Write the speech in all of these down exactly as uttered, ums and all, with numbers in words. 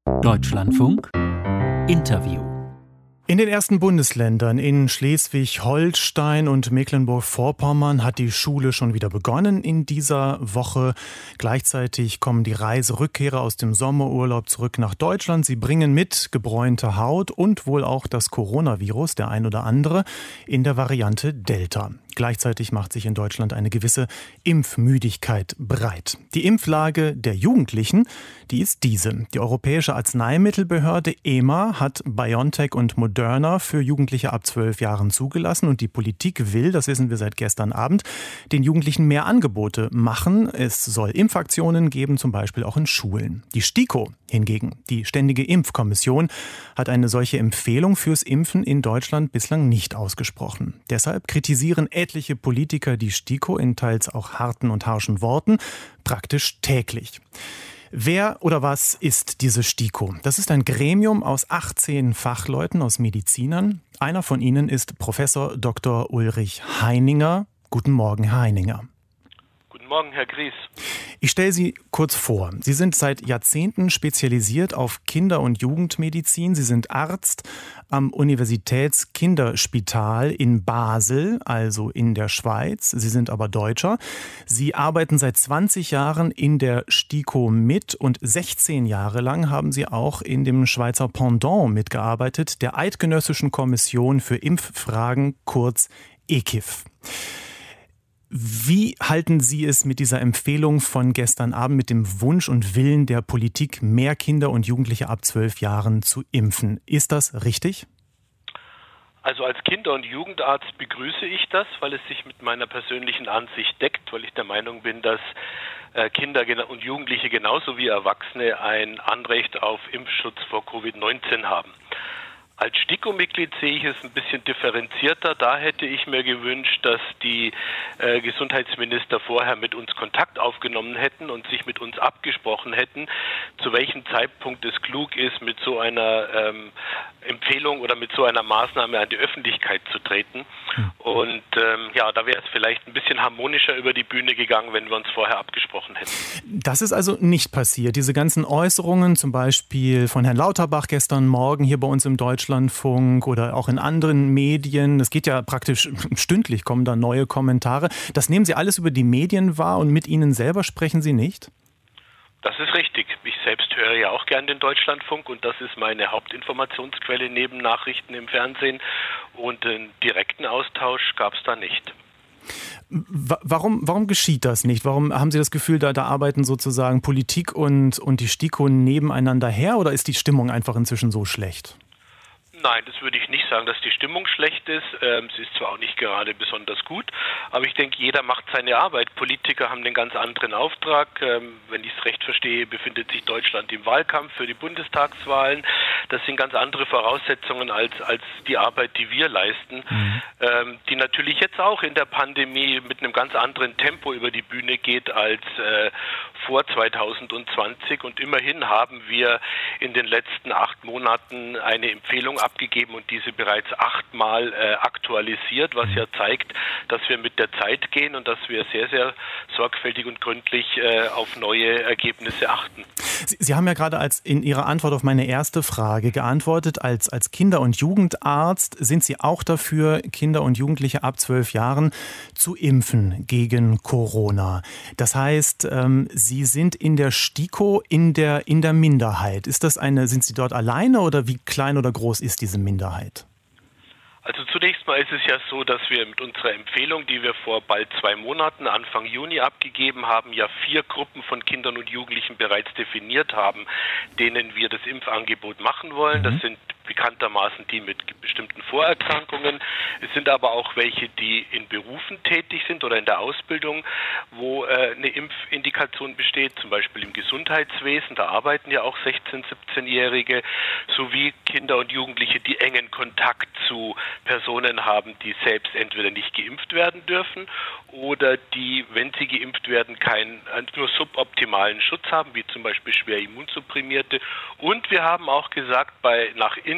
Deutschlandfunk Interview. In den ersten Bundesländern, in Schleswig-Holstein und Mecklenburg-Vorpommern, hat die Schule schon wieder begonnen in dieser Woche. Gleichzeitig kommen die Reiserückkehrer aus dem Sommerurlaub zurück nach Deutschland. Sie bringen mit gebräunte Haut und wohl auch das Coronavirus, der ein oder andere, in der Variante Delta. Gleichzeitig macht sich in Deutschland eine gewisse Impfmüdigkeit breit. Die Impflage der Jugendlichen, die ist diese. Die Europäische Arzneimittelbehörde E M A hat BioNTech und Moderna für Jugendliche ab zwölf Jahren zugelassen. Und die Politik will, das wissen wir seit gestern Abend, den Jugendlichen mehr Angebote machen. Es soll Impfaktionen geben, zum Beispiel auch in Schulen. Die STIKO hingegen, die Ständige Impfkommission, hat eine solche Empfehlung fürs Impfen in Deutschland bislang nicht ausgesprochen. Deshalb kritisieren etliche Politiker die STIKO in teils auch harten und harschen Worten praktisch täglich. Wer oder was ist diese STIKO? Das ist ein Gremium aus achtzehn Fachleuten, aus Medizinern. Einer von ihnen ist Professor Doktor Ulrich Heininger. Guten Morgen, Herr Heininger. Guten Morgen, Herr Gries. Ich stelle Sie kurz vor. Sie sind seit Jahrzehnten spezialisiert auf Kinder- und Jugendmedizin. Sie sind Arzt am Universitätskinderspital in Basel, also in der Schweiz. Sie sind aber Deutscher. Sie arbeiten seit zwanzig Jahren in der STIKO mit und sechzehn Jahre lang haben Sie auch in dem Schweizer Pendant mitgearbeitet, der Eidgenössischen Kommission für Impffragen, kurz E K I F. Wie halten Sie es mit dieser Empfehlung von gestern Abend, mit dem Wunsch und Willen der Politik, mehr Kinder und Jugendliche ab zwölf Jahren zu impfen? Ist das richtig? Also als Kinder- und Jugendarzt begrüße ich das, weil es sich mit meiner persönlichen Ansicht deckt, weil ich der Meinung bin, dass Kinder und Jugendliche genauso wie Erwachsene ein Anrecht auf Impfschutz vor Covid neunzehn haben. Als STIKO-Mitglied sehe ich es ein bisschen differenzierter. Da hätte ich mir gewünscht, dass die äh, Gesundheitsminister vorher mit uns Kontakt aufgenommen hätten und sich mit uns abgesprochen hätten, zu welchem Zeitpunkt es klug ist, mit so einer ähm, Empfehlung oder mit so einer Maßnahme an die Öffentlichkeit zu treten. Und ähm, ja, da wäre es vielleicht ein bisschen harmonischer über die Bühne gegangen, wenn wir uns vorher abgesprochen hätten. Das ist also nicht passiert. Diese ganzen Äußerungen, zum Beispiel von Herrn Lauterbach gestern Morgen hier bei uns im Deutschlandfunk oder auch in anderen Medien. Es geht ja praktisch stündlich, kommen da neue Kommentare. Das nehmen Sie alles über die Medien wahr und mit Ihnen selber sprechen Sie nicht? Das ist richtig. Ich selbst höre ja auch gern den Deutschlandfunk und das ist meine Hauptinformationsquelle neben Nachrichten im Fernsehen und einen direkten Austausch gab es da nicht. Warum, warum geschieht das nicht? Warum haben Sie das Gefühl, da, da arbeiten sozusagen Politik und, und die STIKO nebeneinander her oder ist die Stimmung einfach inzwischen so schlecht? Nein, das würde ich nicht sagen, dass die Stimmung schlecht ist. Ähm, sie ist zwar auch nicht gerade besonders gut, aber ich denke, jeder macht seine Arbeit. Politiker haben einen ganz anderen Auftrag. Ähm, wenn ich es recht verstehe, befindet sich Deutschland im Wahlkampf für die Bundestagswahlen. Das sind ganz andere Voraussetzungen als, als die Arbeit, die wir leisten, mhm. ähm, die natürlich jetzt auch in der Pandemie mit einem ganz anderen Tempo über die Bühne geht als äh, vor zwanzig zwanzig. Und immerhin haben wir in den letzten acht Monaten eine Empfehlung abgegeben und diese bereits achtmal äh, aktualisiert, was ja zeigt, dass wir mit der Zeit gehen und dass wir sehr, sehr sorgfältig und gründlich äh, auf neue Ergebnisse achten. Sie, Sie haben ja gerade als in Ihrer Antwort auf meine erste Frage geantwortet, als, als Kinder- und Jugendarzt sind Sie auch dafür, Kinder und Jugendliche ab zwölf Jahren zu impfen gegen Corona. Das heißt, ähm, Sie sind in der STIKO in der, in der Minderheit. Ist das eine, sind Sie dort alleine oder wie klein oder groß ist diese Minderheit? Also zunächst mal ist es ja so, dass wir mit unserer Empfehlung, die wir vor bald zwei Monaten, Anfang Juni abgegeben haben, ja vier Gruppen von Kindern und Jugendlichen bereits definiert haben, denen wir das Impfangebot machen wollen. Das sind bekanntermaßen die mit bestimmten Vorerkrankungen. Es sind aber auch welche, die in Berufen tätig sind oder in der Ausbildung, wo äh, eine Impfindikation besteht, zum Beispiel im Gesundheitswesen. Da arbeiten ja auch sechzehn-, siebzehnjährige, sowie Kinder und Jugendliche, die engen Kontakt zu Personen haben, die selbst entweder nicht geimpft werden dürfen oder die, wenn sie geimpft werden, keinen nur suboptimalen Schutz haben, wie zum Beispiel schwer Immunsupprimierte. Und wir haben auch gesagt, bei nach innen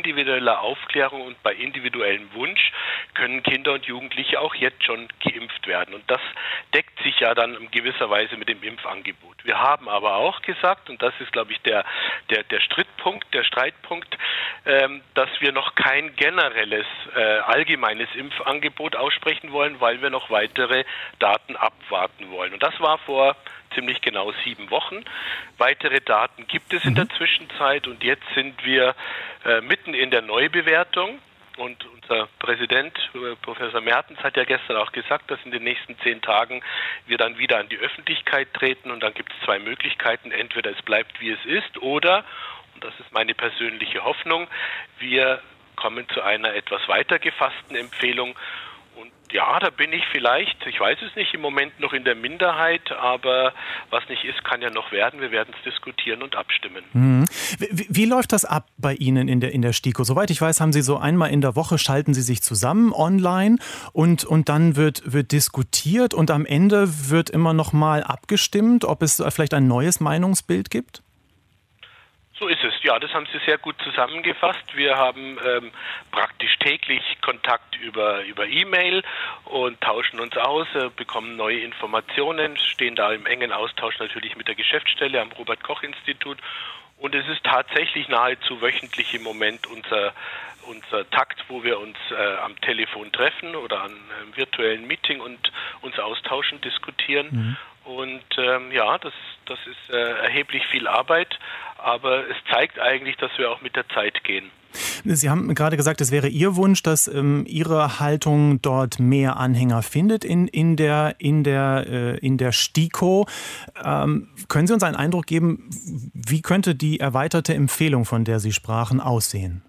individueller Aufklärung und bei individuellem Wunsch können Kinder und Jugendliche auch jetzt schon geimpft werden. Und das deckt sich ja dann in gewisser Weise mit dem Impfangebot. Wir haben aber auch gesagt, und das ist, glaube ich, der, der, der Strittpunkt, der Streitpunkt, ähm, dass wir noch kein generelles, äh, allgemeines Impfangebot aussprechen wollen, weil wir noch weitere Daten abwarten wollen. Und das war vor ziemlich genau sieben Wochen. Weitere Daten gibt es in der Zwischenzeit und jetzt sind wir äh, mitten in der Neubewertung. Und unser Präsident, Professor Mertens, hat ja gestern auch gesagt, dass in den nächsten zehn Tagen wir dann wieder an die Öffentlichkeit treten. Und dann gibt es zwei Möglichkeiten. Entweder es bleibt, wie es ist, oder, und das ist meine persönliche Hoffnung, wir kommen zu einer etwas weiter gefassten Empfehlung. Und ja, da bin ich vielleicht, ich weiß es nicht, im Moment noch in der Minderheit, aber was nicht ist, kann ja noch werden. Wir werden es diskutieren und abstimmen. Mhm. Wie, wie läuft das ab bei Ihnen in der, in der STIKO? Soweit ich weiß, haben Sie so einmal in der Woche, schalten Sie sich zusammen online und, und dann wird, wird diskutiert und am Ende wird immer noch mal abgestimmt, ob es vielleicht ein neues Meinungsbild gibt? So ist es. Ja, das haben Sie sehr gut zusammengefasst. Wir haben ähm, praktisch täglich Kontakt über über E-Mail und tauschen uns aus, äh, bekommen neue Informationen, stehen da im engen Austausch natürlich mit der Geschäftsstelle am Robert-Koch-Institut. Und es ist tatsächlich nahezu wöchentlich im Moment unser unser Takt, wo wir uns äh, am Telefon treffen oder an einem virtuellen Meeting und uns austauschen, diskutieren. Mhm. Und ähm, ja, das, das ist äh, erheblich viel Arbeit, aber es zeigt eigentlich, dass wir auch mit der Zeit gehen. Sie haben gerade gesagt, es wäre Ihr Wunsch, dass ähm, Ihre Haltung dort mehr Anhänger findet in, in der, in der, äh, in der STIKO. Ähm, können Sie uns einen Eindruck geben, wie könnte die erweiterte Empfehlung, von der Sie sprachen, aussehen?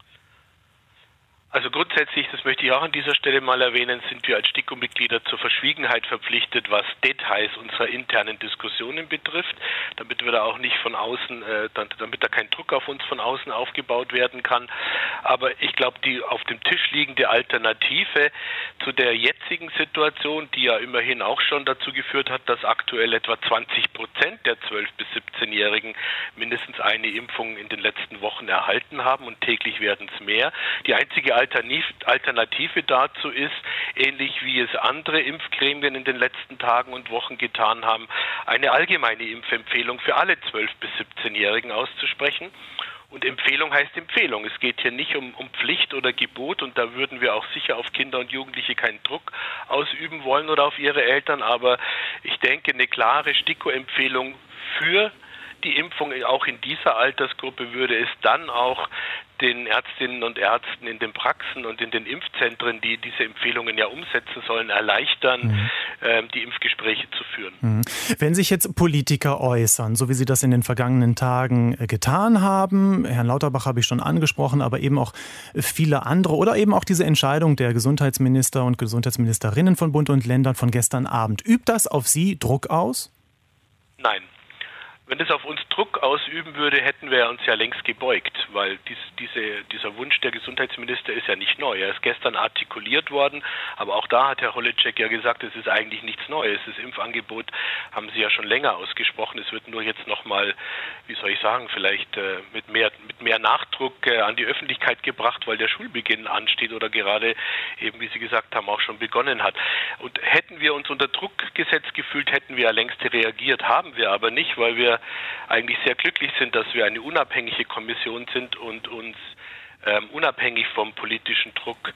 Also grundsätzlich, das möchte ich auch an dieser Stelle mal erwähnen, sind wir als STIKO-Mitglieder zur Verschwiegenheit verpflichtet, was Details unserer internen Diskussionen betrifft, damit wir da auch nicht von außen, äh, damit da kein Druck auf uns von außen aufgebaut werden kann. Aber ich glaube, die auf dem Tisch liegende Alternative zu der jetzigen Situation, die ja immerhin auch schon dazu geführt hat, dass aktuell etwa zwanzig Prozent der zwölf- bis siebzehnjährigen mindestens eine Impfung in den letzten Wochen erhalten haben und täglich werden es mehr. Die einzige Alternative dazu ist, ähnlich wie es andere Impfgremien in den letzten Tagen und Wochen getan haben, eine allgemeine Impfempfehlung für alle zwölf- bis siebzehnjährigen auszusprechen. Und Empfehlung heißt Empfehlung. Es geht hier nicht um, um Pflicht oder Gebot und da würden wir auch sicher auf Kinder und Jugendliche keinen Druck ausüben wollen oder auf ihre Eltern. Aber ich denke, eine klare STIKO-Empfehlung für die Impfung auch in dieser Altersgruppe würde es dann auch den Ärztinnen und Ärzten in den Praxen und in den Impfzentren, die diese Empfehlungen ja umsetzen sollen, erleichtern, mhm. äh, die Impfgespräche zu führen. Mhm. Wenn sich jetzt Politiker äußern, so wie sie das in den vergangenen Tagen äh, getan haben, Herrn Lauterbach habe ich schon angesprochen, aber eben auch viele andere oder eben auch diese Entscheidung der Gesundheitsminister und Gesundheitsministerinnen von Bund und Ländern von gestern Abend, übt das auf Sie Druck aus? Nein. Wenn das auf uns Druck ausüben würde, hätten wir uns ja längst gebeugt, weil dies, diese, dieser Wunsch der Gesundheitsminister ist ja nicht neu. Er ist gestern artikuliert worden, aber auch da hat Herr Holitschek ja gesagt, es ist eigentlich nichts Neues. Das Impfangebot haben Sie ja schon länger ausgesprochen. Es wird nur jetzt nochmal, wie soll ich sagen, vielleicht äh, mit mehr, mit mehr Nachdruck äh, an die Öffentlichkeit gebracht, weil der Schulbeginn ansteht oder gerade eben, wie Sie gesagt haben, auch schon begonnen hat. Und hätten wir uns unter Druck gesetzt gefühlt, hätten wir ja längst reagiert, haben wir aber nicht, weil wir eigentlich sehr glücklich sind, dass wir eine unabhängige Kommission sind und uns ähm, unabhängig vom politischen Druck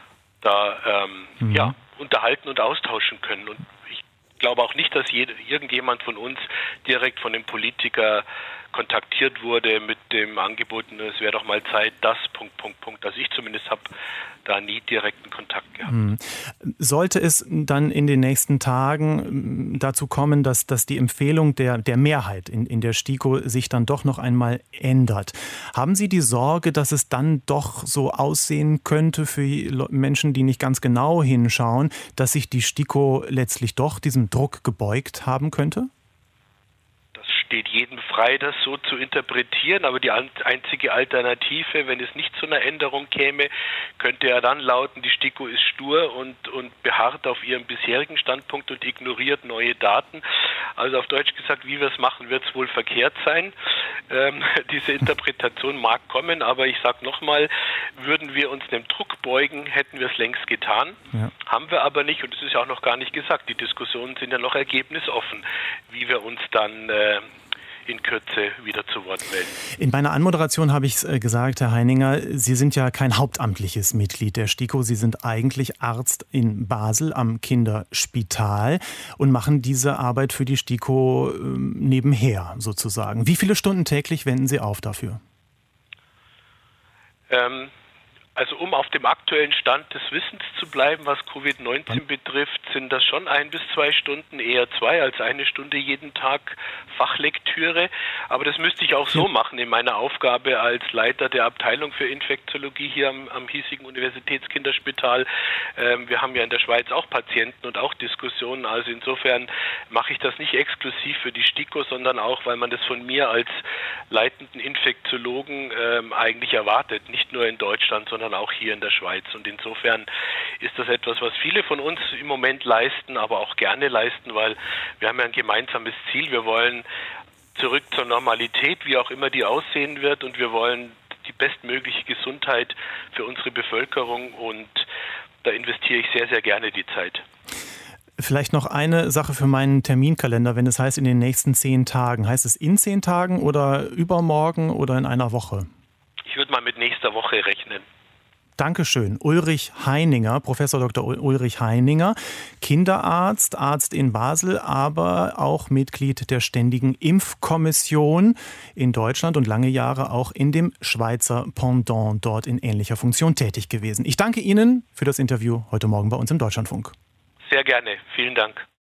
da ähm, mhm. ja, unterhalten und austauschen können. Und ich glaube auch nicht, dass jede, irgendjemand von uns direkt von dem Politiker kontaktiert wurde mit dem Angebot, es wäre doch mal Zeit, das, Punkt, Punkt, Punkt. Also ich zumindest habe da nie direkten Kontakt gehabt. Sollte es dann in den nächsten Tagen dazu kommen, dass, dass die Empfehlung der, der Mehrheit in, in der STIKO sich dann doch noch einmal ändert, haben Sie die Sorge, dass es dann doch so aussehen könnte für Menschen, die nicht ganz genau hinschauen, dass sich die STIKO letztlich doch diesem Druck gebeugt haben könnte? steht jedem frei, das so zu interpretieren, aber die einzige Alternative, wenn es nicht zu einer Änderung käme, könnte ja dann lauten, die STIKO ist stur und, und beharrt auf ihrem bisherigen Standpunkt und ignoriert neue Daten. Also auf Deutsch gesagt, wie wir es machen, wird es wohl verkehrt sein. Ähm, diese Interpretation mag kommen, aber ich sage nochmal, würden wir uns dem Druck beugen, hätten wir es längst getan. Ja. Haben wir aber nicht und es ist ja auch noch gar nicht gesagt. Die Diskussionen sind ja noch ergebnisoffen, wie wir uns dann äh, in Kürze wieder zu Wort melden. In meiner Anmoderation habe ich äh, gesagt, Herr Heininger, Sie sind ja kein hauptamtliches Mitglied der STIKO. Sie sind eigentlich Arzt in Basel am Kinderspital und machen diese Arbeit für die STIKO äh, nebenher sozusagen. Wie viele Stunden täglich wenden Sie auf dafür? Ähm, Also um auf dem aktuellen Stand des Wissens zu bleiben, was Covid neunzehn betrifft, sind das schon ein bis zwei Stunden, eher zwei als eine Stunde jeden Tag Fachlektüre. Aber das müsste ich auch so machen in meiner Aufgabe als Leiter der Abteilung für Infektiologie hier am, am hiesigen Universitätskinderspital. Ähm, wir haben ja in der Schweiz auch Patienten und auch Diskussionen. Also insofern mache ich das nicht exklusiv für die STIKO, sondern auch, weil man das von mir als leitenden Infektiologen ähm, eigentlich erwartet. Nicht nur in Deutschland, sondern auch hier in der Schweiz. Und insofern ist das etwas, was viele von uns im Moment leisten, aber auch gerne leisten, weil wir haben ja ein gemeinsames Ziel. Wir wollen zurück zur Normalität, wie auch immer die aussehen wird, und wir wollen die bestmögliche Gesundheit für unsere Bevölkerung, und da investiere ich sehr, sehr gerne die Zeit. Vielleicht noch eine Sache für meinen Terminkalender, wenn es heißt in den nächsten zehn Tagen. Heißt es in zehn Tagen oder übermorgen oder in einer Woche? Ich würde mal mit nächster Woche rechnen. Dankeschön. Ulrich Heininger, Professor Doktor Ulrich Heininger, Kinderarzt, Arzt in Basel, aber auch Mitglied der Ständigen Impfkommission in Deutschland und lange Jahre auch in dem Schweizer Pendant dort in ähnlicher Funktion tätig gewesen. Ich danke Ihnen für das Interview heute Morgen bei uns im Deutschlandfunk. Sehr gerne. Vielen Dank.